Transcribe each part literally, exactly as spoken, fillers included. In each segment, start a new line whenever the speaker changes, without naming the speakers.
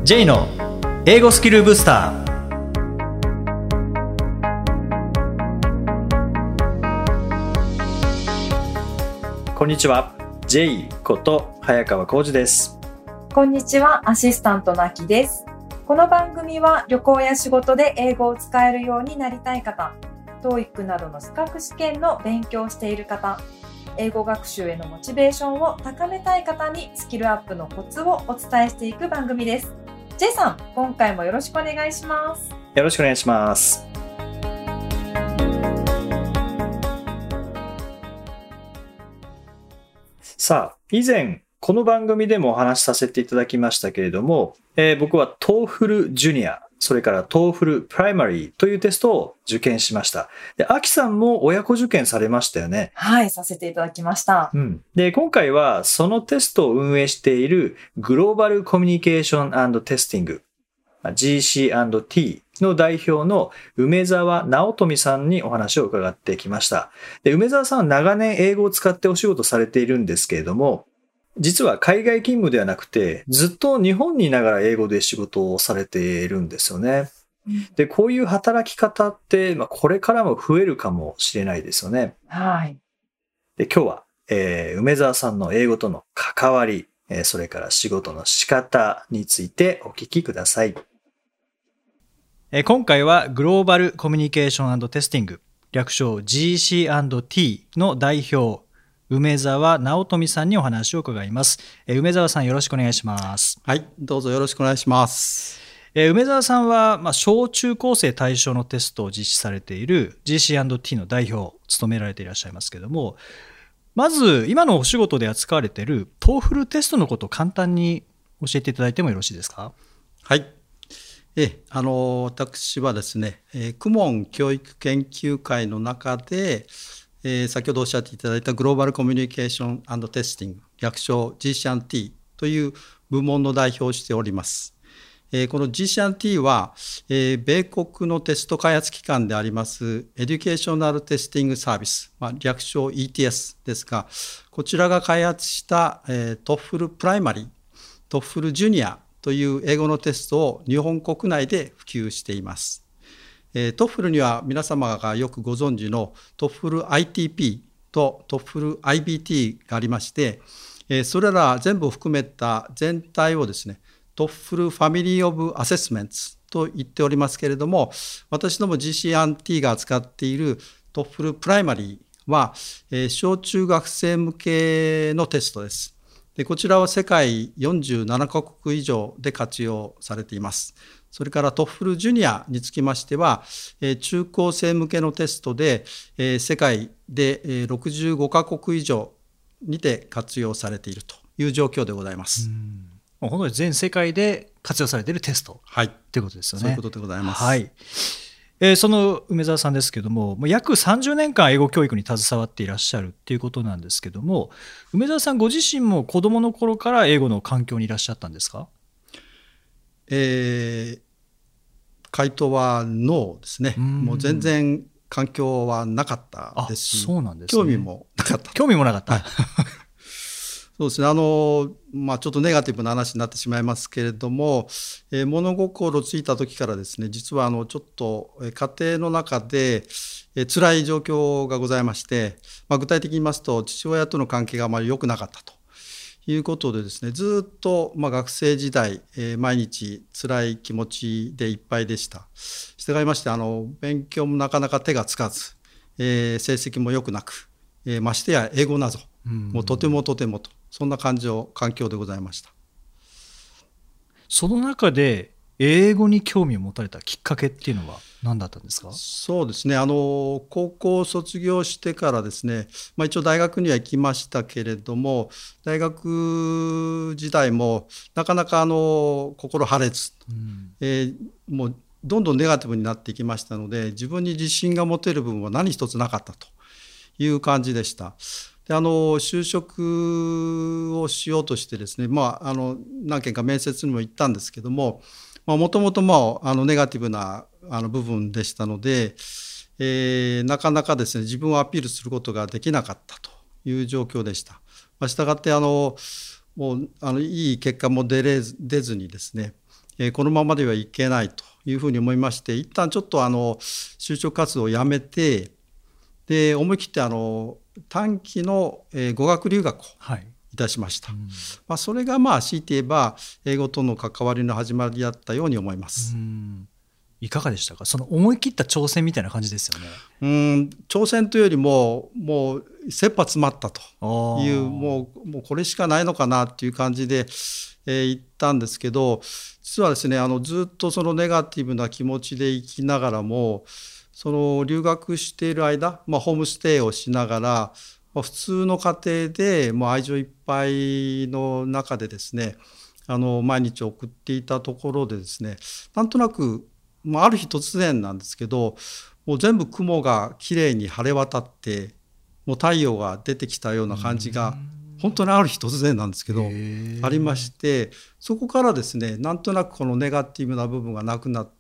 J の英語スキルブスター。こんにちは、 J こと早川浩二です。
こんにちは、アシスタントのあきです。この番組は旅行や仕事で英語を使えるようになりたい方、トーイック などの資格試験の勉強をしている方、英語学習へのモチベーションを高めたい方にスキルアップのコツをお伝えしていく番組です。 J さん、今回もよろしくお願いします。
よろしくお願いします。さあ、以前この番組でもお話しさせていただきましたけれども、えー、僕は トーフル ジュニア、それから トーフル プライマリーというテストを受験しました。で、アキさんも親子受験されましたよね。
はい、させていただきました。
うん。で、今回はそのテストを運営しているグローバルコミュニケーション&テスティング ジーシーアンドティー の代表の梅澤直富さんにお話を伺ってきました。で、梅澤さんは長年英語を使ってお仕事されているんですけれども、実は海外勤務ではなくて、ずっと日本にいながら英語で仕事をされているんですよね。で、こういう働き方って、まあ、これからも増えるかもしれないですよね。
はい。
で、今日は、えー、梅澤さんの英語との関わり、えー、それから仕事の仕方についてお聞きください。えー、今回はグローバルコミュニケーション&テスティング、略称 ジーシーアンドティー の代表、梅澤直富さんにお話を伺います。えー、梅澤さん、よろしくお願いします。
はい、どうぞよろしくお願いします。
えー、梅澤さんは、まあ、小中高生対象のテストを実施されている ジーシーアンドティー の代表を務められていらっしゃいますけれども、まず今のお仕事で扱われている トーフル テストのことを簡単に教えていただいてもよろしいですか？
はい。えあの私はですね、えー、公文教育研究会の中で、えー、先ほどおっしゃっていただいたグローバルコミュニケーション&テスティング、略称 ジーシーアンドティー という部門の代表をしております。えー、この ジーシーアンドティー は、えー、米国のテスト開発機関でありますエデュケーショナルテスティングサービス、まあ、略称 イーティーエス ですが、こちらが開発した、えー、トフル プライマリー、トフル ジュニアという英語のテストを日本国内で普及しています。えー、トフルには皆様がよくご存知のトフル アイティーピー とトフル アイビーティー がありまして、えー、それら全部を含めた全体をですね、トフルファミリーオブアセスメンツと言っておりますけれども、私ども ジーシーアンドティー が扱っているトフルプライマリーは、えー、小中学生向けのテストです。で、こちらは世界よんじゅうななカ国以上で活用されています。それからトフルジュニアにつきましては、えー、中高生向けのテストで、えー、世界で、えー、ろくじゅうごカ国以上にて活用されているという状況でございます。
うん、もう本当に全世界で活用されているテスト、はい、ということですよね。
そういうことでございます。
はい。えー、その梅澤さんですけども、約さんじゅうねんかん英語教育に携わっていらっしゃるっていうことなんですけども、梅澤さんご自身も子どもの頃から英語の環境にいらっしゃったんですか？
えー、回答はノーですね。もう全然環境はなかったですし、
そうなんですね、
興味もなかった。
興味もなかった。
はいそうですね、あのまあ、ちょっとネガティブな話になってしまいますけれども、えー、物心ついた時からですね、実はあのちょっと家庭の中で、えー、辛い状況がございまして、まあ、具体的に言いますと父親との関係があまり良くなかったということでですね、ずっとまあ学生時代、えー、毎日辛い気持ちでいっぱいでした。従いましてあの勉強もなかなか手がつかず、えー、成績も良くなく、えー、ましてや英語などもうとてもとてもと、そんな感情環境でございました。
その中で英語に興味を持たれたきっかけっていうのは何だったんですか？
そうですね、あの高校を卒業してからですね、まあ、一応大学には行きましたけれども、大学時代もなかなかあの心晴れず、うんえー、もうどんどんネガティブになっていきましたので、自分に自信が持てる部分は何一つなかったという感じでした。であの就職をしようとしてですね、まあ、あの何件か面接にも行ったんですけども、もともとネガティブなあの部分でしたので、えー、なかなかですね自分をアピールすることができなかったという状況でした。まあ、したがってあのもうあのいい結果も出れず出ずにですね、 えーこのままではいけないというふうに思いまして、一旦ちょっとあの就職活動をやめて、で思い切ってあの短期の、えー語学留学を
はい
いたしました。
うん
まあ、それがまあ強いて言えば英語との関わりの始まりだったように思います。
うんいかがでしたか？その思い切った挑戦みたいな感じですよね。
うん挑戦というよりももう切羽詰まったと
あー
いうもうもうこれしかないのかなっていう感じで、えー行ったんですけど、実はですねあのずっとそのネガティブな気持ちで生きながらも、その留学している間、まあ、ホームステイをしながら、まあ、普通の家庭でもう愛情いっぱいの中でですねあの毎日送っていたところでですね、なんとなく、まあ、ある日突然なんですけど、もう全部雲がきれいに晴れ渡ってもう太陽が出てきたような感じが本当にある日突然なんですけど
へー
ありまして、そこからですねなんとなくこのネガティブな部分がなくなって、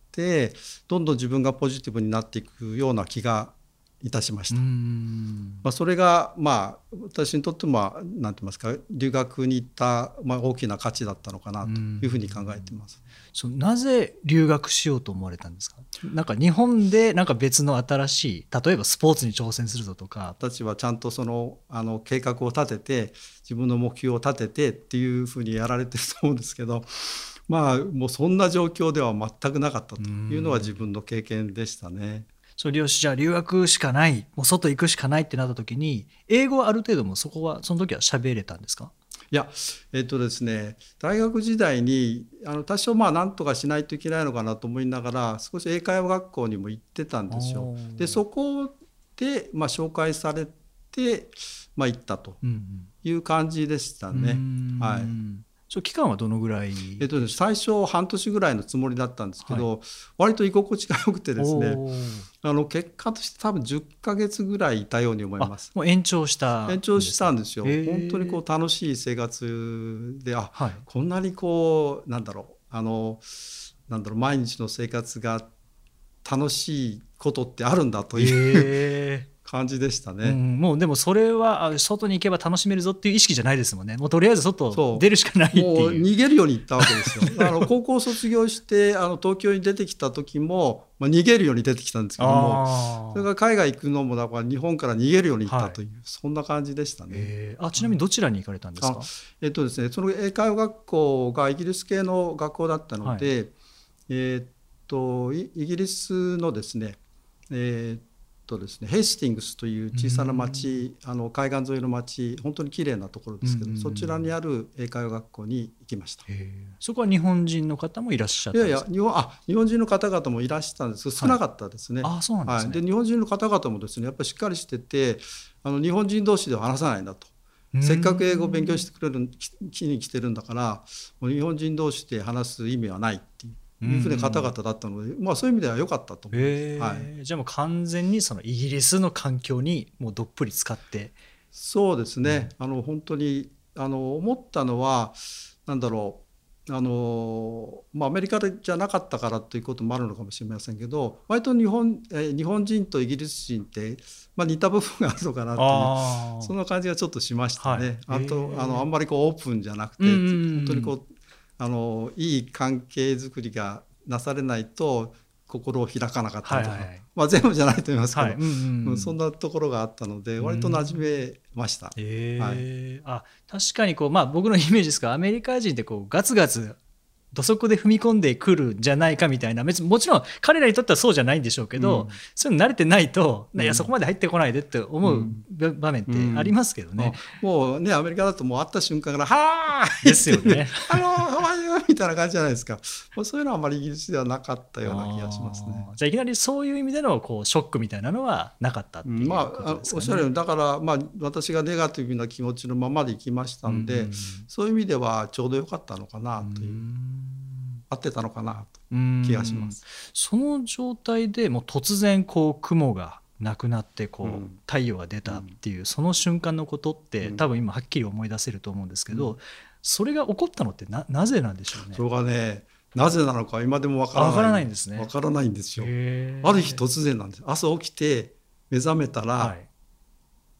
どんどん自分がポジティブになっていくような気がいたしました。
うん
まあ、それがまあ私にとっても何て言いますか、留学に行ったまあ大きな価値だったのかなというふうに考えています。
そうなぜ留学しようと思われたんですか？なんか日本でなんか別の新しい、例えばスポーツに挑戦するぞとか。
私はちゃんとそのあの計画を立てて自分の目標を立ててっていうふうにやられてると思うんですけど、まあもうそんな状況では全くなかったというのは自分の経験でしたね。
それよしじゃあ留学しかない、もう外行くしかないってなった時に、英語はある程度もそこはその時は喋れたんですか？
いやえっとですね大学時代にあの多少まあ何とかしないといけないのかなと思いながら少し英会話学校にも行ってたんですよ。
おー
でそこでまあ紹介されて、まあ、行ったと
うん
いう感じでした
うん
ね。
うん
はい
その期間はどのぐらい？
えっとね、最初半年ぐらいのつもりだったんですけど、割と居心地が良くてですね
おー
あの結果として多分じゅっかげつぐらいいたように思います。
あもう延長したんですか？
延長したんですよ。
へー
本当にこう楽しい生活で、あ、
はい
こんなにこうなんだろうあのなんだろう毎日の生活が楽しいことってあるんだという
へー
感じでしたね。
うん、もうでもそれはあ外に行けば楽しめるぞっていう意識じゃないですもんね。もうとりあえず
そ
外
う
出るしかないって
もう
いう。
逃げるように行ったわけですよ。あの高校卒業してあの東京に出てきた時も、まあ、逃げるように出てきたんですけども、
あ
それから海外行くのもだから日本から逃げるように行ったという、
はい
そんな感じでしたね。
えーあちなみにどちらに行かれたんですか？
えっとですね、その英会話学校がイギリス系の学校だったので、
は
えーっとイイギリスのですね、えーっとですねヘイスティングスという小さな町、あの海岸沿いの町、本当に綺麗なところですけど、
うん
そちらにある英会話学校に行きました。
えーそこは日本人の方もいらっしゃっ
いやい
たんですか？
や日本あ日本人の方々もいらしたんですけど少なかったですね。
あそうなんですね。
はい、で日本人の方々もですねやっぱりしっかりしてて、あの日本人同士では話さないんだと。せっかく英語を勉強してくれる気に来てるんだからもう日本人同士で話す意味はないっていうふうな方々だったので、まあ、そういう意味では良かったと思います。
えー
はい、
じゃあもう完全にそのイギリスの環境にもうどっぷり使って。
そうですね、あの本当にあの思ったのはなんだろうあのまあ、アメリカじゃなかったからということもあるのかもしれませんけど、割と日本、え日本人とイギリス人って、まあ、似た部分があるのかなというそんな感じがちょっとしましたね。はい、あとあのあんまりこうオープンじゃなくて、本当にこうあのいい関係づくりがなされないと心を開かなかったりとか、はいはい、まあ、全部じゃないと思いますけど、はい、うんうん、そんなところがあったので割と馴染めました。
えーはい、あ確かにこう、まあ、僕のイメージですがアメリカ人ってこうガツガツ土足で踏み込んでくるんじゃないかみたいな、別にもちろん彼らにとってはそうじゃないんでしょうけど、うん、そういうの慣れてないと、うん、いやそこまで入ってこないでって思う場面ってありますけどね、
うんうん、もうねアメリカだともう会った瞬間からはーい
ですよね
あのハワイみたいな感じじゃないですか。もうそういうのはあまりイギリスではなかったような気がしますね。
じゃあいきなりそういう意味でのこうショックみたいなのはなかったっていうことですかね。
まあ、おっしゃるようにだから、まあ、私がネガティブな気持ちのままで行きましたんで、うんうん、そういう意味ではちょうどよかったのかなという、合ってたのかなという気がします。
その状態でもう突然こう雲がなくなってこう、うん、太陽が出たっていう、うん、その瞬間のことって、うん、多分今はっきり思い出せると思うんですけど、うん、それが起こったのって な, なぜなんでしょうね。
それがねなぜなのか今でもわからない。わ
からないんですね。
わからないんですよ。ある日突然なんです。朝起きて目覚めたら、はい、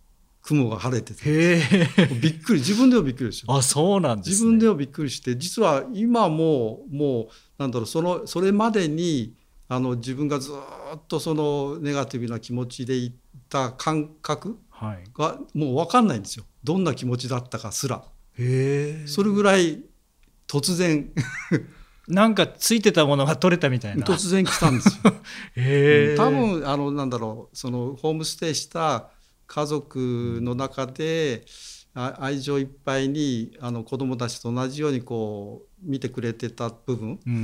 雲が晴れてて、
へえ。
びっくり、自分でもびっくりですよ。
あ、そうなんですね。
自分でもびっくりして、実は今ももうなんだろう、そのそれまでにあの自分がずっとそのネガティブな気持ちでいた感覚がもう分かんないんですよ。どんな気持ちだったかすら。
へえ。
それぐらい突然
なんかついてたものが取れたみたいな。
突然来たんですよ。
へえ。
多分あのなんだろう、そのホームステイした家族の中で、うん、愛情いっぱいにあの子どもたちと同じようにこう見てくれてた部分、うん、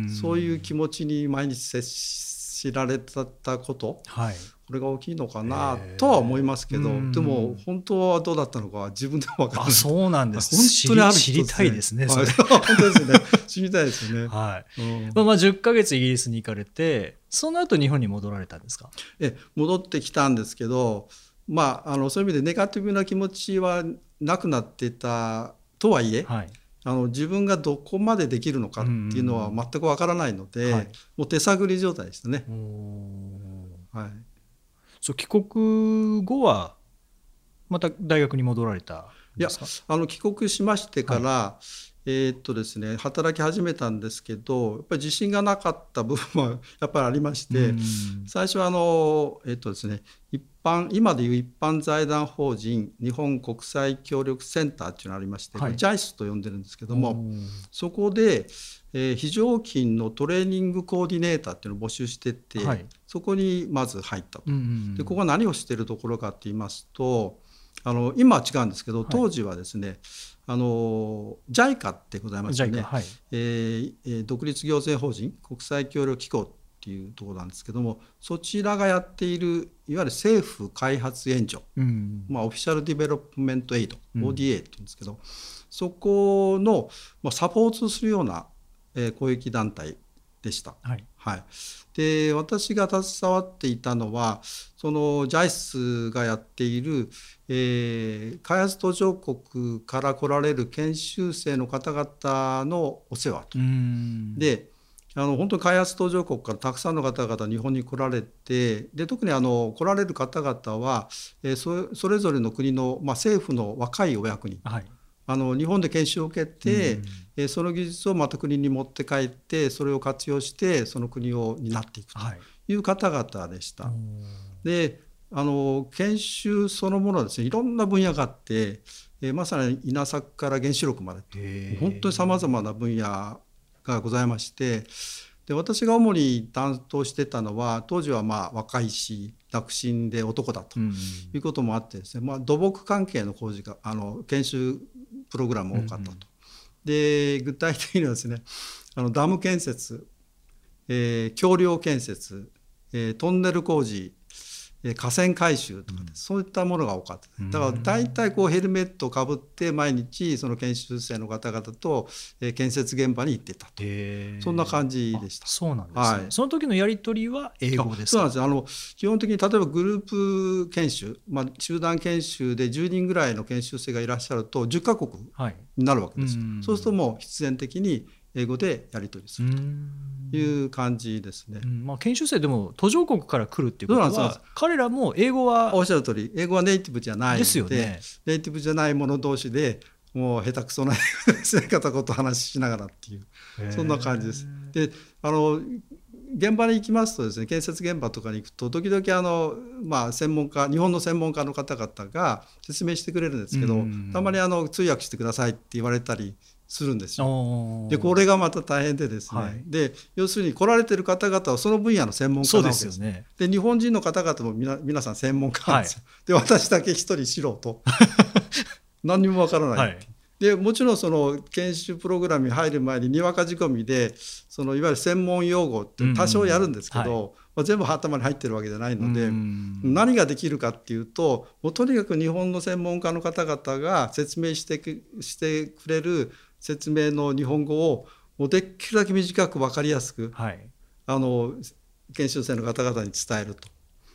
そういう気持ちに毎日接しられたこと、はい、これが大きいのかなとは思いますけど、でも本当はどうだったのかは自分でも分からない。
あ、そうなんです。
本当にある
知りたいですね。
それ本当ですね。知りたいですね。
はい。うん、まあまあじゅっかげつイギリスに行かれて、その後日本に戻られたんですか？
え戻ってきたんですけど、まああのそういう意味でネガティブな気持ちはなくなってたとはいえ、はい、あの自分がどこまでできるのかっていうのは全くわからないので、はい、もう手探り状態でしたね。はい。
そう帰国後はまた大学に戻られたんですか？
いや、あの帰国しましてから、はい、えーっとですね、働き始めたんですけど、やっぱり自信がなかった部分はやっぱりありまして、最初はあの、えーっとですね、一般今でいう一般財団法人日本国際協力センターっていうのがありまして、はい、ジャイスと呼んでるんですけども、そこで、えー、非常勤のトレーニングコーディネーターっていうのを募集してて、はい、そこにまず入ったと。でここは何をしているところかって言いますと、あの今は違うんですけど、当時はですね、はい、あの ジャイカ ってございますよね、はい、えー、独立行政法人国際協力機構っていうところなんですけども、そちらがやっているいわゆる政府開発援助、うん、まあ、オフィシャルディベロップメントエイド、うん、オーディーエー って言うんですけど、そこの、まあ、サポートするような、えー、公益団体でした。はいはい、で私が携わっていたのはその ジャイス がやっている、えー、開発途上国から来られる研修生の方々のお世話と。であの本当に開発途上国からたくさんの方々日本に来られて、で特にあの来られる方々は、えー、そ, それぞれの国の、まあ、政府の若いお役人、はい、あの日本で研修を受けて、うん、その技術をまた国に持って帰ってそれを活用してその国を担っていくという方々でした。はい、であの研修そのものはですね、いろんな分野があって、えー、まさに稲作から原子力までと本当にさまざまな分野がございまして、で私が主に担当してたのは当時はまあ若いし独身で男だということもあってですね、まあ、土木関係の工事があの研修プログラム多かったと。うんうん、で具体的にはですね、あのダム建設、えー、橋梁建設、えー、トンネル工事、えー、河川改修とか、ね、うん、そういったものが多かった。だから大体こうヘルメットをかぶって毎日その研修生の方々と、えー、建設現場に行ってたと、そんな感じでした。
そうなんですね。はい、その時のやり取りは英語ですか？
そうなんです。あの基本的に例えばグループ研修、まあ、集団研修でじゅうにんぐらいの研修生がいらっしゃるとじゅっかこくになるわけですよ。はい、そうするともう必然的に英語でやり取りするという感じですね。
うん、まあ、研修生でも途上国から来るっていうことは彼らも英語は
おっしゃる通り英語はネイティブじゃないので、
ですよね、
ネイティブじゃない者同士でもう下手くそな英語ですね、片言話しながらっていうそんな感じです。であの現場に行きますとですね、建設現場とかに行くと時々あの、まあ、専門家日本の専門家の方々が説明してくれるんですけど、たまにあの通訳してくださいって言われたりするんですよ。でこれがまた大変でですね、はい、で要するに来られてる方々はその分野の専門家なわけです。そうですよね。で日本人の方々もみな皆さん専門家なんですよ。はい、で私だけ一人素人何にもわからない、はい、でもちろんその研修プログラムに入る前ににわか仕込みでそのいわゆる専門用語って多少やるんですけど、うんうん、はい、まあ、全部頭に入ってるわけじゃないので、うん、何ができるかっていうともうとにかく日本の専門家の方々が説明してく、してくれる説明の日本語をもうできるだけ短く分かりやすく、はい、あの研修生の方々に伝えると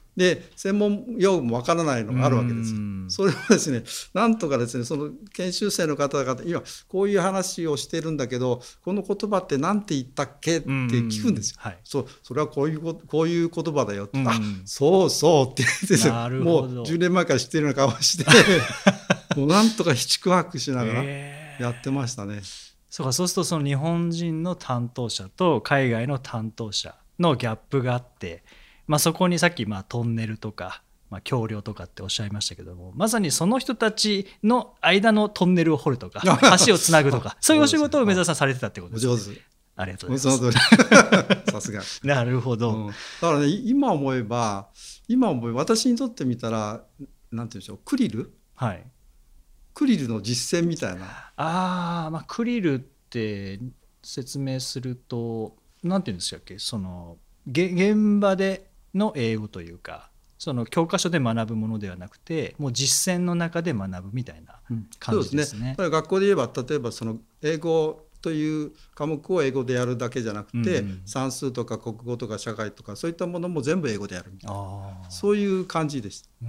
で専門用語もわからないのがあるわけですよ。それをですねなんとかですねその研修生の方々今こういう話をしてるんだけどこの言葉って何て言ったっけって聞くんですよ。はい、そうそれはこういうこういう言葉だよって、あそうそうって言ってもうじゅうねんまえから知ってるような顔をしてもうなんとか七苦八苦しながらやってましたね。えー、
そうか、そうするとその日本人の担当者と海外の担当者のギャップがあって、まあ、そこにさっきまあトンネルとか、まあ、橋梁とかっておっしゃいましたけども、まさにその人たちの間のトンネルを掘るとか橋をつなぐとかそういうお仕事を梅沢さんされてたってことですね。
お上手。
ありがとうございます。
さすが。
なるほど、
うん、だからね今思えば今思えば私にとってみたらなんていうんでしょうクリル、はい、クリルの実践みたいな。
あー、まあ、クリルって説明するとなんていうんですかっけ、その現場での英語というかその教科書で学ぶものではなくてもう実践の中で学ぶみたいな感じですね。うん、そうですね。
学校で言えば例えばその英語という科目を英語でやるだけじゃなくて、うん、算数とか国語とか社会とかそういったものも全部英語でやるみたいな、そういう感じでした。うん、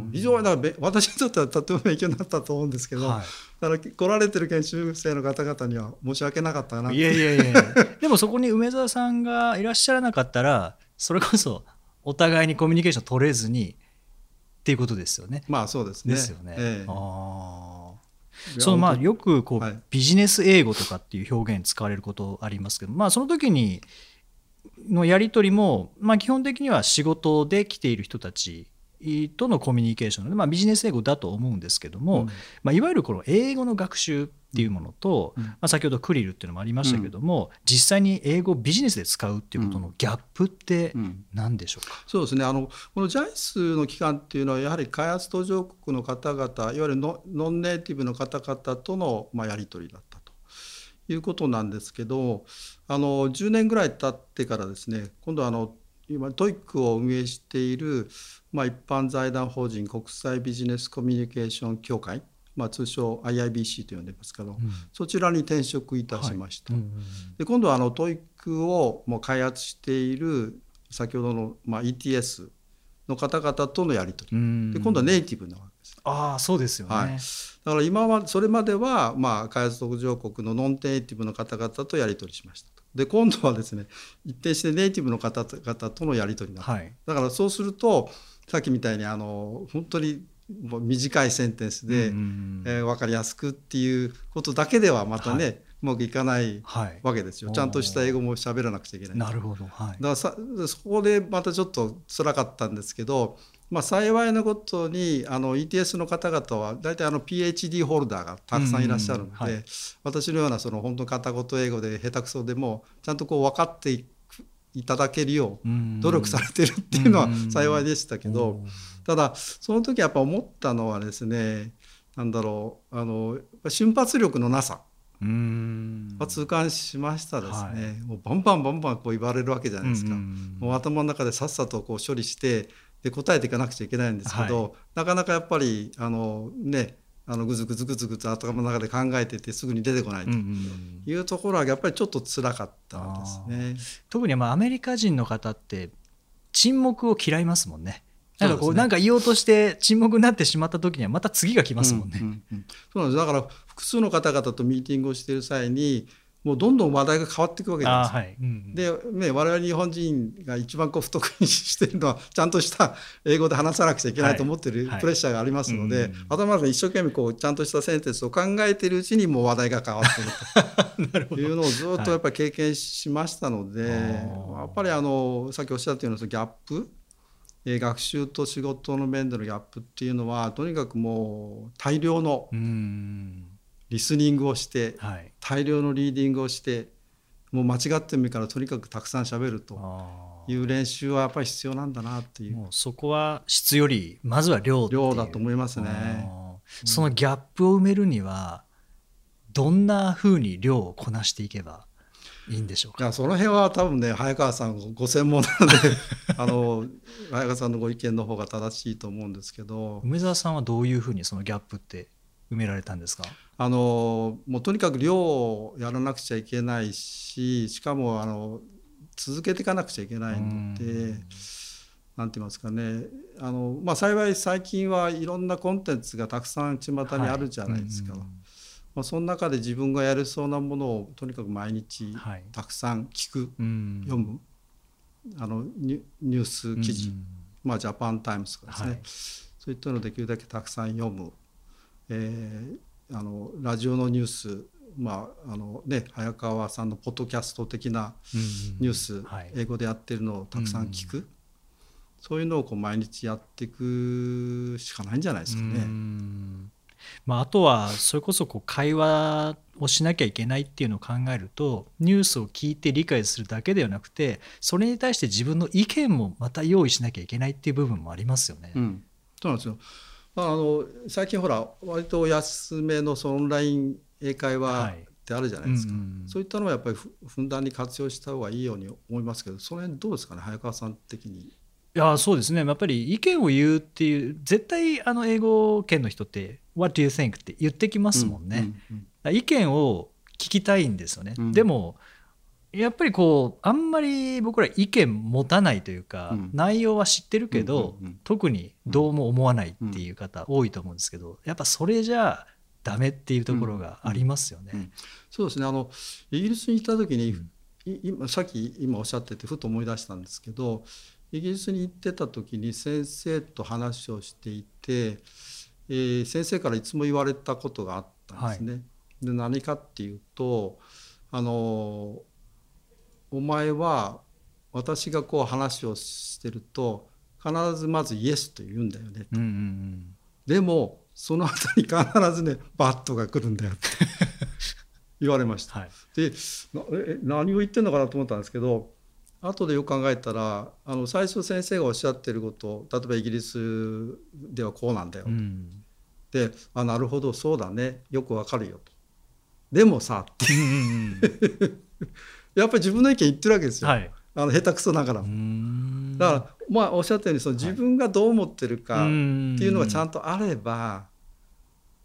非常にだから私にとってはとても勉強になったと思うんですけど、はい、だから来られてる研修生の方々には申し訳なかったなって。
いやいやいやでもそこに梅沢さんがいらっしゃらなかったらそれこそお互いにコミュニケーション取れずにっていうことですよね。
まあそうですね。
ですよね。ええ、
あ
そのまあよくこう、はい、ビジネス英語とかっていう表現使われることありますけど、まあ、その時にのやり取りも、まあ、基本的には仕事で来ている人たちとのコミュニケーションで、まあ、ビジネス英語だと思うんですけども、うんまあ、いわゆるこの英語の学習っていうものと、うんまあ、先ほどクリルっていうのもありましたけども、うん、実際に英語をビジネスで使うっていうことのギャップって何でしょうか。
うんうん、そうですね、あのこのジャイスの機関っていうのはやはり開発途上国の方々いわゆる ノ, ノンネイティブの方々との、まあ、やり取りだったということなんですけど、あのじゅうねんぐらい経ってからですね今度はあの今トイックを運営している、まあ、一般財団法人国際ビジネスコミュニケーション協会、まあ、通称 アイアイビーシー と呼んでますけど、うん、そちらに転職いたしました。はいうんうんうん、で今度はあのトイックをもう開発している先ほどの、まあ、イーティーエス の方々とのやり取り、うん、で今度はネイティブなわけです。
ああそうですよね。はい、
だから今はそれまでは、まあ、開発途上国のノンネイティブの方々とやり取りしましたと。で今度はですね一転してネイティブの方々とのやり取りになった、はい、だからそうするとさっきみたいにあの本当に短いセンテンスで、うんうんえー、分かりやすくっていうことだけではまたね、はい、うまくいかないわけですよ、はい、ちゃんとした英語も喋らなくちゃいけない。
なるほど、はい、
だからさそこでまたちょっと辛かったんですけど、まあ、幸いなことにあの イーティーエス の方々は大体あの ピーエイチディー ホルダーがたくさんいらっしゃるので、うんうんはい、私のようなその本当片言英語で下手くそでもちゃんとこう分かっていいただけるよう努力されてるっていうのは幸いでしたけど、ただその時やっぱ思ったのはですねなんだろうあの瞬発力のなさうーん痛感しましたですね、はい、もうバンバンバンバンこう言われるわけじゃないですか。もう頭の中でさっさとこう処理してで答えていかなくちゃいけないんですけど、はい、なかなかやっぱりあのねあのぐずぐずぐずぐず頭の中で考えててすぐに出てこないというところはやっぱりちょっと辛かったですね。
特にまあアメリカ人の方って沈黙を嫌いますもんね。なんかこうなんか言おうとして沈黙になってしまった時にはまた次が来ますもんね。うんうんうん、
そうなんです。だから複数の方々とミーティングをしている際にもうどんどん話題が変わっていくわけなんですよ。はいうんうん、で、ね、我々日本人が一番こう不得意しているのはちゃんとした英語で話さなくちゃいけないと思っているプレッシャーがありますので、はいはいうんうん、頭の中で一生懸命こうちゃんとしたセンテンスを考えているうちにもう話題が変わっているというのをずっとやっぱり経験しましたので、はい、やっぱりあのさっきおっしゃったようなギャップ学習と仕事の面でのギャップっていうのはとにかくもう大量のリスニングをして、はい、大量のリーディングをしてもう間違ってもいいからとにかくたくさん喋るという練習はやっぱり必要なんだなっていう。
もうそこは質よりまずは量っていう
量だと思いますね。
そのギャップを埋めるにはどんなふうに量をこなしていけばいいんでしょうか。
いやその辺は多分ね早川さんご専門なのであの早川さんのご意見の方が正しいと思うんですけど、
梅沢さんはどういうふうにそのギャップって埋められたんですか。
あのもうとにかく量をやらなくちゃいけないししかもあの続けていかなくちゃいけないのでなんて言いますかね、あの、まあ、幸い最近はいろんなコンテンツがたくさん巷にあるじゃないですか、はい、うんまあ、その中で自分がやれそうなものをとにかく毎日たくさん聞く、はい、読む、あのニュース記事、うんまあ、ジャパンタイムズとかですね、はい、そういったのをできるだけたくさん読む、えー、あのラジオのニュース、まああのね、早川さんのポッドキャスト的なニュース、うんはい、英語でやってるのをたくさん聞く、うん、そういうのをこう毎日やっていくしかないんじゃないですかね。
うんまあ、あとはそれこそこう会話をしなきゃいけないっていうのを考えるとニュースを聞いて理解するだけではなくてそれに対して自分の意見もまた用意しなきゃいけないっていう部分もありますよね。
うん、そうなんですよ。まあ、あの最近ほら割と安めのそのオンライン英会話ってあるじゃないですか、はいうんうん、そういったのはやっぱりふふんだんに活用した方がいいように思いますけどその辺どうですかね早川さん的に。
いやそうですねやっぱり意見を言うっていう絶対あの英語圏の人って What do you think? って言ってきますもんね、うんうんうん、意見を聞きたいんですよね、うん、でもやっぱりこうあんまり僕ら意見持たないというか、うん、内容は知ってるけど、うんうんうん、特にどうも思わないっていう方多いと思うんですけどやっぱそれじゃダメっていうところがありますよね、うんうんうん、
そうですねあのイギリスに行った時に、うん、今さっき今おっしゃっててふと思い出したんですけどイギリスに行ってた時に先生と話をしていて、えー、先生からいつも言われたことがあったんですね、はい、で何かっていうとあのお前は私がこう話をしてると必ずまずイエスと言うんだよねと、うんうんうん、でもその後に必ずねバットが来るんだよって言われました、はい、でえ何を言ってんのかなと思ったんですけど後でよく考えたらあの最初先生がおっしゃってること例えばイギリスではこうなんだよ、うん、であなるほどそうだねよくわかるよとでもさってやっぱり自分の意見言ってるわけですよ、はい、あの下手くそながらもだからまあおっしゃったようにその自分がどう思ってるかっていうのがちゃんとあれば、はい、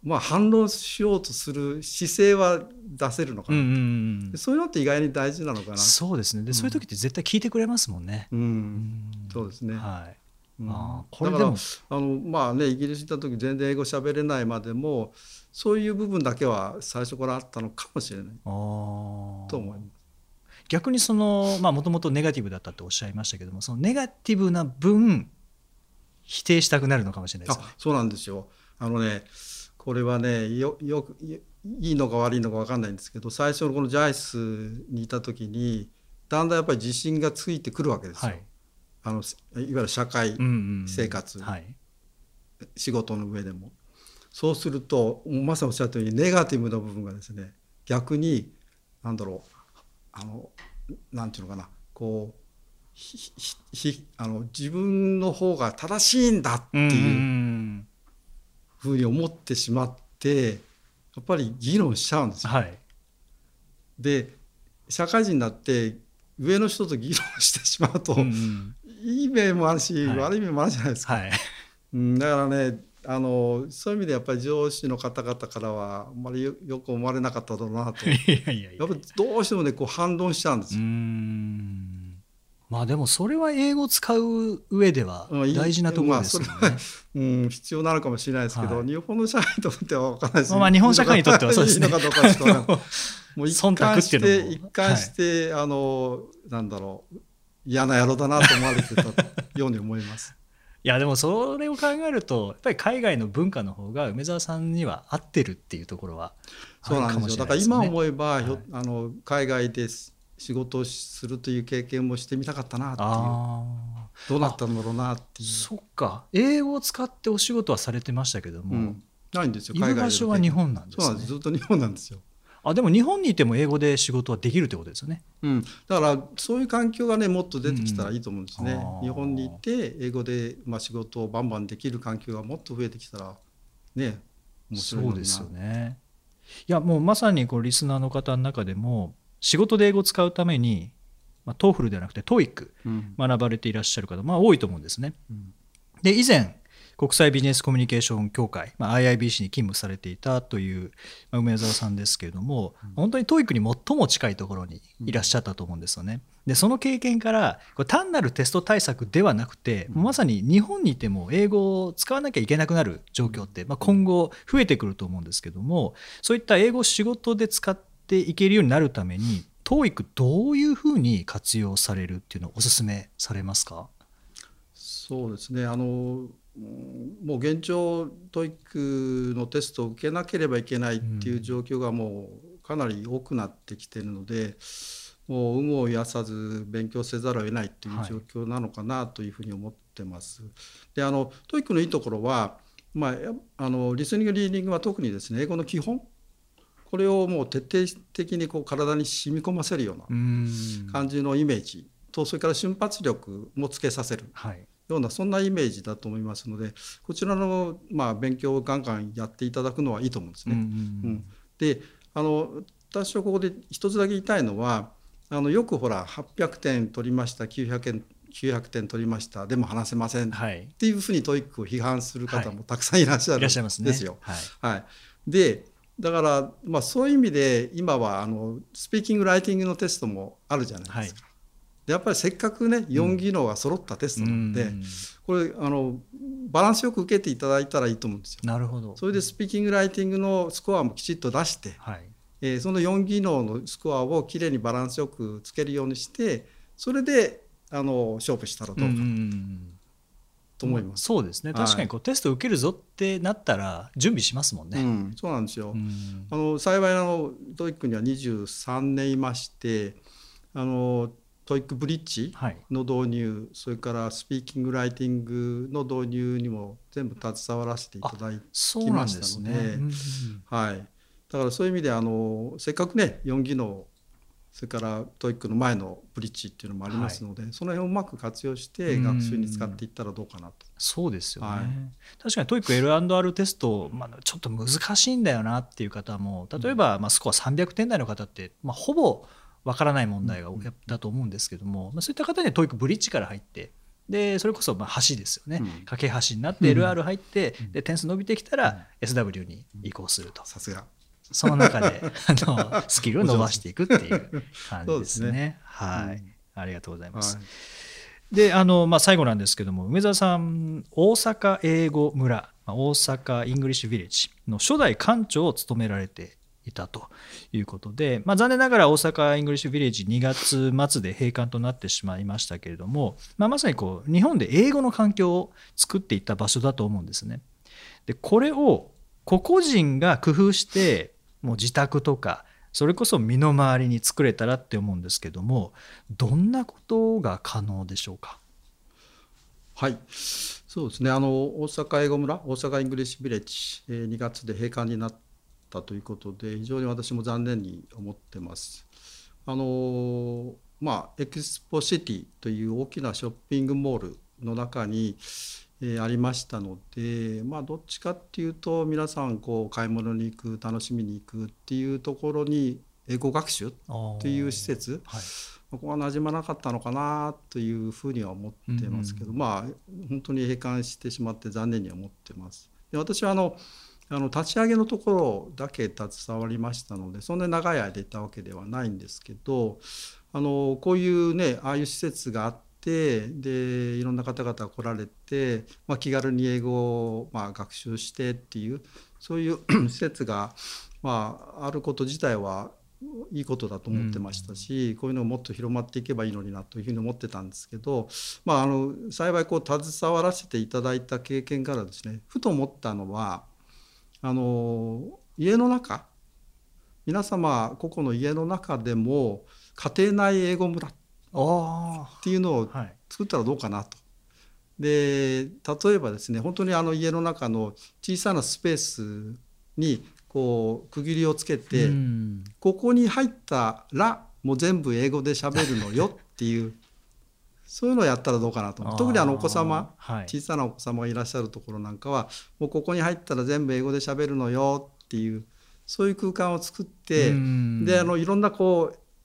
まあ反論しようとする姿勢は出せるのかな、うんうんうん、そういうのって意外に大事なのかな。
そうですねで、うん、そういう時って絶対聞いてくれますもんね、うんうん、
そうですね、
はい
うん、あこれでもだからあのまあねイギリス行った時全然英語喋れないまでもそういう部分だけは最初からあったのかもしれないと思います。
逆にそのまあもともとネガティブだったっておっしゃいましたけどもそのネガティブな分否定したくなるのかもしれないですね。
あそうなんですよあのねこれはねよよくいいのか悪いのか分かんないんですけど最初のこのジャイスにいた時にだんだんやっぱり自信がついてくるわけですよ、はい、あのいわゆる社会生活、うんうんはい、仕事の上でもそうするとまさにおっしゃったようにネガティブな部分がですね逆に何だろうあのなんていうのかなこうひひあの自分の方が正しいんだっていうふうに思ってしまってやっぱり議論しちゃうんですよ、はい、で社会人になって上の人と議論してしまうと、うんうん、いい面もあるし、はい、悪い面もあるじゃないですか、はいうん、だからねあのそういう意味でやっぱり上司の方々からはあんまり よ, よく思われなかっただろうなといやいやいややっぱりどうしてもねこう反論しちゃうんですよ。うーん
まあでもそれは英語を使う上では大事なところですよね、まあ、それは、
うん、必要なのかもしれないですけど、はい、日本の社会にとっては分からないです、
まあ、日本社会にとってはそうですねいいのかどうかちょっと分からない
もう一貫して一貫して、はい、あのなんだろう嫌な野郎だなと思われてたように思います
いやでもそれを考えるとやっぱり海外の文化の方が梅沢さんには合ってるっていうところはあるかもしれないですね。
そうなんですよだから今思えば、はい、あの海外で仕事をするという経験もしてみたかったなっていうどうなったんだろうなっていう。
そっか英語を使ってお仕事はされてましたけども、うん、
ないんですよ
海外でいる場所は日本なんですね。
そうなんですずっと日本なんですよ。
あでも日本にいても英語で仕事はできるってことですよね、
うん、だからそういう環境がねもっと出てきたらいいと思うんですね、うん、日本にいて英語で、まあ、仕事をバンバンできる環境がもっと増えてきたらね面白いのにな。
そうですよね。いやもうまさにこうリスナーの方の中でも仕事で英語を使うために、まあ、トーフルではなくて トーイック 学ばれていらっしゃる方、まあ、多いと思うんですね、うん、で以前国際ビジネスコミュニケーション協会、まあ、アイアイビーシー に勤務されていたという、まあ、梅沢さんですけれども、うん、本当に トーイック に最も近いところにいらっしゃったと思うんですよね。でその経験からこれ単なるテスト対策ではなくて、うん、まさに日本にいても英語を使わなきゃいけなくなる状況って、まあ、今後増えてくると思うんですけども、そういった英語を仕事で使っていけるようになるために トーイック どういうふうに活用されるっていうのをお勧めされますか？
そうですね、あのもう現状 トーイック のテストを受けなければいけないっていう状況がもうかなり多くなってきているので、もう有無を言さず勉強せざるを得ないという状況なのかなというふうに思ってます。はい、であの トーイック のいいところは、まあ、あのリスニングリーディングは特にですね、英語の基本これをもう徹底的にこう体に染み込ませるような感じのイメージと、それから瞬発力もつけさせるような、そんなイメージだと思いますので、こちらのまあ勉強をガンガンやっていただくのはいいと思うんですね。うんうん、であの私はここで一つだけ言いたいのは、あのよくほらはっぴゃくてん取りました、きゅうひゃくてん取りました、でも話せません、はい、っていうふうに トーイック を批判する方もたくさんいらっしゃるんですよ。でだから、まあ、そういう意味で今はあのスピーキングライティングのテストもあるじゃないですか。はい、でやっぱりせっかくねよん技能が揃ったテストなので、うん、これあのバランスよく受けていただいたらいいと思うんですよ。
なるほど。
それでスピーキングライティングのスコアもきちっと出して、はい、えー、そのよん技能のスコアをきれいにバランスよくつけるようにして、それであの勝負したらどうかなと思います。
そうですね、確かにこう、はい、テスト受けるぞってなったら準備しますもんね。
うん、そうなんですよ。うん、あの幸いの トーイック にはにじゅうさんねんいまして、あの トーイック ブリッジの導入、はい、それからスピーキングライティングの導入にも全部携わらせていただきましたので、ね、うん、はい、だからそういう意味であのせっかくねよん技能、それから トーイック の前のブリッジっていうのもありますので、はい、その辺をうまく活用して学習に使っていったらどうかなと。
そうですよね。はい、確かに トーイック エルアンドアール テスト、まあ、ちょっと難しいんだよなっていう方も、例えばまあスコアさんびゃくてん台の方って、まあ、ほぼわからない問題がだと思うんですけども、まあ、そういった方には トーイック ブリッジから入って、でそれこそまあ橋ですよね、うん、架け橋になって エルアール 入って、うん、で点数伸びてきたら エスダブリュー に移行すると。
さすが。
その中であのスキルを伸ばしていくっていう感じですね。ね、はい、うん、ありがとうございます。はい、であのまあ、最後なんですけども、梅沢さん、大阪英語村、大阪イングリッシュビレッジの初代館長を務められていたということで、まあ、残念ながら大阪イングリッシュビレッジにがつ末で閉館となってしまいましたけれども、まあ、まさにこう日本で英語の環境を作っていった場所だと思うんですね。でこれを個々人が工夫してもう自宅とかそれこそ身の回りに作れたらって思うんですけども、どんなことが可能でしょうか？
はい、そうですね、あの大阪英語村、大阪イングリッシュビレッジ、えー、にがつで閉館になったということで、非常に私も残念に思ってます。あのまあエクスポシティという大きなショッピングモールの中にえー、ありましたので、まあ、どっちかっていうと皆さんこう買い物に行く、楽しみに行くっていうところに英語学習っていう施設、はい、ここは馴染まなかったのかなというふうには思ってますけど、うん、まあ本当に閉館してしまって残念に思ってます。で私はあのあの立ち上げのところだけ携わりましたので、そんなに長い間いたわけではないんですけど、あのこういうねああいう施設があってでいろんな方々が来られて、まあ、気軽に英語をまあ学習してっていうそういう施設がまああること自体はいいことだと思ってましたし、うん、こういうのがもっと広まっていけばいいのになというふうに思ってたんですけど、まあ、あの幸いこう携わらせていただいた経験からですね、ふと思ったのはあの家の中、皆様個々の家の中でも家庭内英語村っていうのを作ったらどうかなと。で例えばですね、本当にあの家の中の小さなスペースにこう区切りをつけて、うん、ここに入ったらもう全部英語で喋るのよっていうそういうのをやったらどうかなと。特にあのお子様、はい、小さなお子様がいらっしゃるところなんかはもうここに入ったら全部英語で喋るのよっていうそういう空間を作って、うん、であのいろんなこう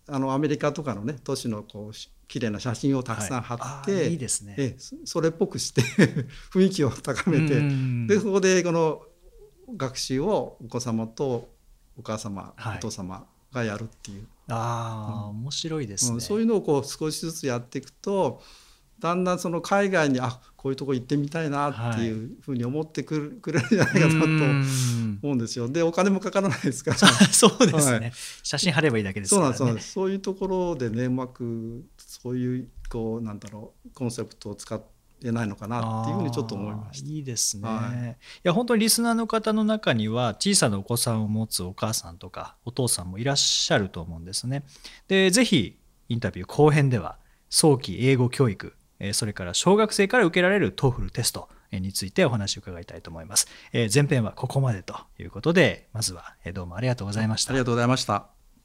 あのアメリカとかのね都市のこう綺麗な写真をたくさん貼って、
はい、いいですね、
えそれっぽくして雰囲気を高めて、でそこでこの学習をお子様とお母様、はい、お父様がやるっていう、
あー、うん、面白いですね、
うん、そういうのをこう少しずつやっていくとだんだんその海外にあこういうとこ行ってみたいなっていうふうに思ってくる、はい、くれるんじゃないかなと思うんですよ。でお金もかからないですから
そうですね、はい、写真貼ればいいだけですからね。
そうなんです、そういうところでねうまくそういうこうなんだろうコンセプトを使ってないのかなっていうふうにちょっと思いました。
いいですね、
はい、
いや本当にリスナーの方の中には小さなお子さんを持つお母さんとかお父さんもいらっしゃると思うんですね。でぜひインタビュー後編では早期英語教育、それから小学生から受けられる トーフル テストについてお話を伺いたいと思います。前編はここまでということで、まずはどうもありがとうございました。
ありがとうございました。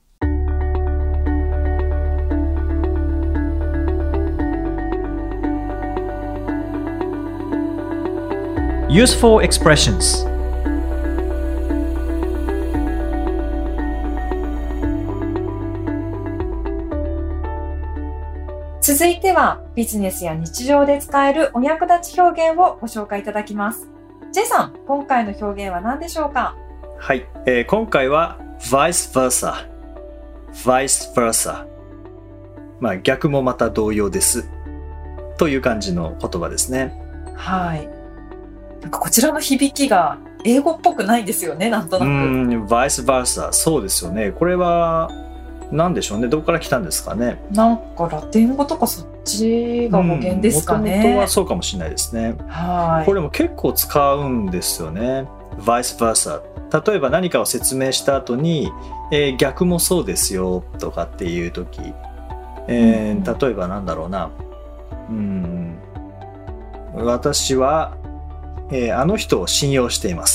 Useful expressions。
続いてはビジネスや日常で使えるお役立ち表現をご紹介いただきます。 J さん、今回の表現は何でしょうか？
はい、えー、今回は vice versa vice versa、まあ、逆もまた同様ですという感じの言葉ですね。
はい、なんかこちらの響きが英語っぽくないんですよね、なんとなく。うん、
vice versa、そうですよね。これはなんでしょうね、どこから来たんですかね。
なんかラテン語とかそっちが語源ですかね。
もともとはそうかもしれないですね。
はい、
これも結構使うんですよね、vice versa。例えば何かを説明した後に、えー、逆もそうですよとかっていう時、えー、例えばなんだろうな、うん、私は、えー、あの人を信用しています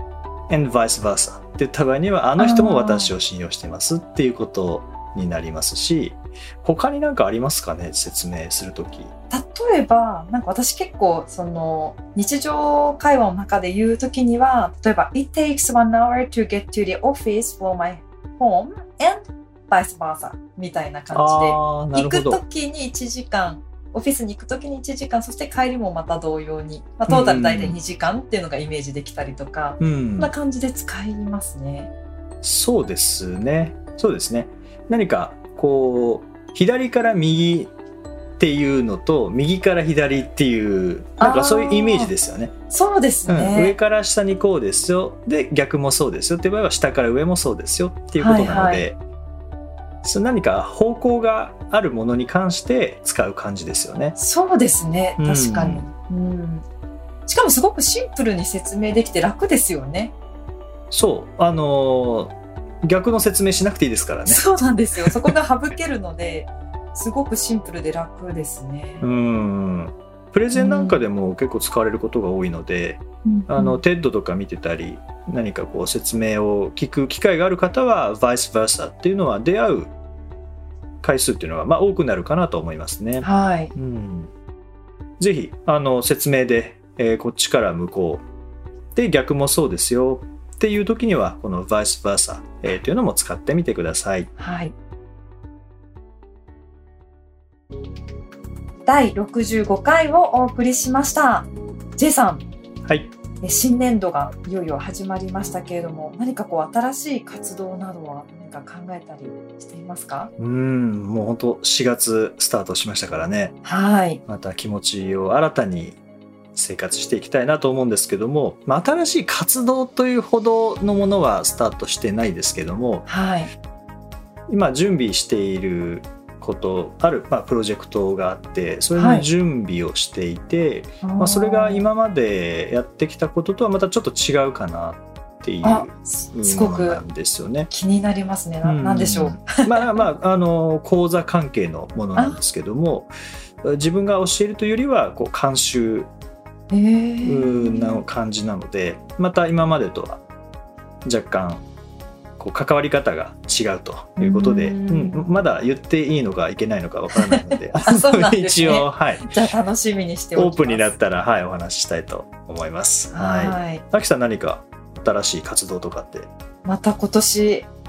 and vice versa って言った場合にはあの人も私を信用していますっていうことになりますし、他に何かありますかね、説明するとき。
例えばなんか私結構その日常会話の中で言うときには、例えば It takes one hour to get to the office from my home and vice versa みたいな感じで、行くときにいちじかん、オフィスに行くときにいちじかん、そして帰りもまた同様に、まあ、トータル大体にじかんっていうのがイメージできたりとか、うん、そんな感じで使いますね。
そうですね、そうですね。何かこう左から右っていうのと右から左っていうなんかそういうイメージですよね。
そうですね、
うん、上から下にこうですよ、で逆もそうですよっていう場合は下から上もそうですよっていうことなので、はいはい、その何か方向があるものに関して使う感じですよね。
そうですね、確かに、うんうん、しかもすごくシンプルに説明できて楽ですよね。
そうあのー逆の説明しなくていいですからね。
そうなんですよ、そこが省けるのですごくシンプルで楽ですね。
うん、プレゼンなんかでも結構使われることが多いので、うん、あの テッド とか見てたり何かこう説明を聞く機会がある方は vice versa っていうのは出会う回数っていうのはまあ多くなるかなと思いますね。
はい、
うん、ぜひあの説明で、えー、こっちから向こうで逆もそうですよっていう時にはこの vice versa、えー、というのも使ってみてください。
はい。だいろくじゅうごかいをお送りしました。 J さん、
はい、
新年度がいよいよ始まりましたけれども、何かこう新しい活動などは何か考えたりしていますか？
うーんもう本当しがつスタートしましたからね。
はい、
また気持ちを新たに生活していきたいなと思うんですけども、まあ、新しい活動というほどのものはスタートしてないですけども、
はい、
今準備していることある、まあ、プロジェクトがあってそれの準備をしていて、はい、まあ、それが今までやってきたこととはまたちょっと違うかなっていうものなんですよね。
気になりますね。な、うん、なんでしょう。
まあまああの講座関係のものなんですけども、自分が教えるというよりはこう監修な感じなので、また今までとは若干こう関わり方が違うということで、うんうん、まだ言っていいのかいけないのかわからないので
そうなんですね、
一応、はい、
じゃあ楽しみにしておきます。
オープンになったら、はい、お話ししたいと思います。はい、
はい、
あきさん何か新しい活動とかって？
また今年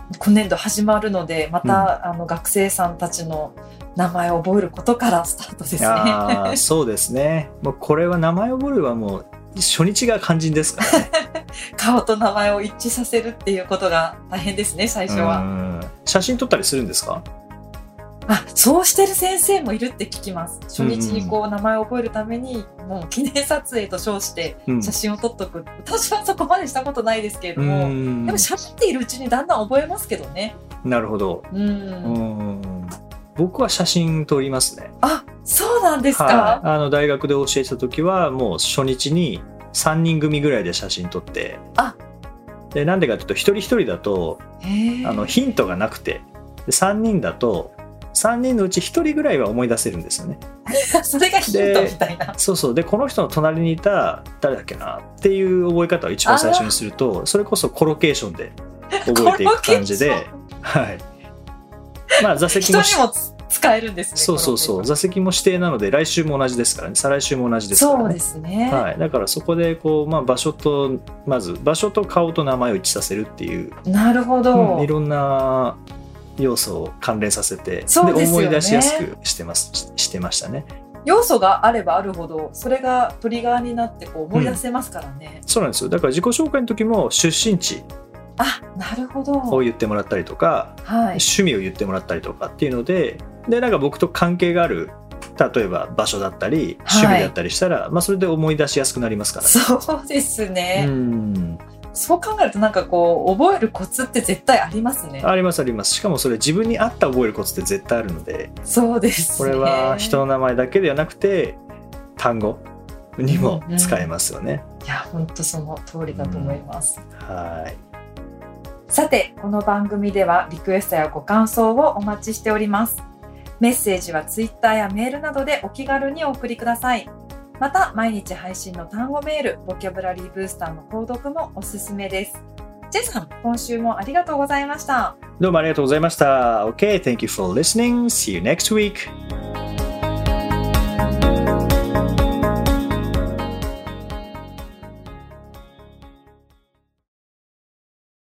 今年度始まるので、また、うん、あの学生さんたちの名前を覚えることからスタートですね。
あそうですね。もうこれは名前を覚えるはもう初日が肝心ですからね。
顔と名前を一致させるっていうことが大変ですね、最初は。
うん写真撮ったりするんですか？
あ、そうしてる先生もいるって聞きます。初日にこう名前を覚えるために、もう記念撮影と称して写真を撮っとく、うん、私はそこまでしたことないですけれども、でも喋っているうちにだんだん覚えますけどね。
なるほど。うんうん僕は写真撮りますね。
あ、そうなんですか。
はい、あの大学で教えてた時はもう初日にさんにん組ぐらいで写真撮って、
あ
でなんでかというと一人一人だとあのヒントがなくて、でさんにんだとさんにんのうちひとりぐらいは思い出せるんですよね。
それがヒントみたいな。
そうそう。でこの人の隣にいた誰だっけなっていう覚え方を一番最初にすると、それこそコロケーションで覚えていく感じで、はい。まあ座席も
人にも使えるんですね。
そうそうそう。座席も指定なので来週も同じですからね。再来週も同じですからね。
そうですね。
はい。だからそこでこうまあ場所とまず場所と顔と名前を一致させるっていう。
なるほど。
うん、いろんな要素を関連させて、
そうですよね、
で思い出しやすくしてますしてましたね。
要素があればあるほどそれがトリガーになってこう思い出せますからね、
うん、そうなんですよ。だから自己紹介の時も出身地
あ、なるほど
を言ってもらったりとか、
はい、
趣味を言ってもらったりとかっていうので、でなんか僕と関係がある例えば場所だったり趣味だったりしたら、はい、まあ、それで思い出しやすくなりますから、ね、
そうですね。
うん
そう考えるとなんかこう覚えるコツって絶対ありますね。
ありますあります。しかもそれ自分に合った覚えるコツって絶対あるので、
そうですね。
これは人の名前だけではなくて単語にも使えますよね、
うんうん、いや本当その通りだと思います、
うん、はい。
さてこの番組ではリクエストやご感想をお待ちしております。メッセージはツイッターやメールなどでお気軽にお送りください。また毎日配信の単語メールボキャブラリーブースターの購読もおすすめです。ジェイさん、今週もありがとうございました。
どうもありがとうございました。 OK, thank you for listening. See you next week.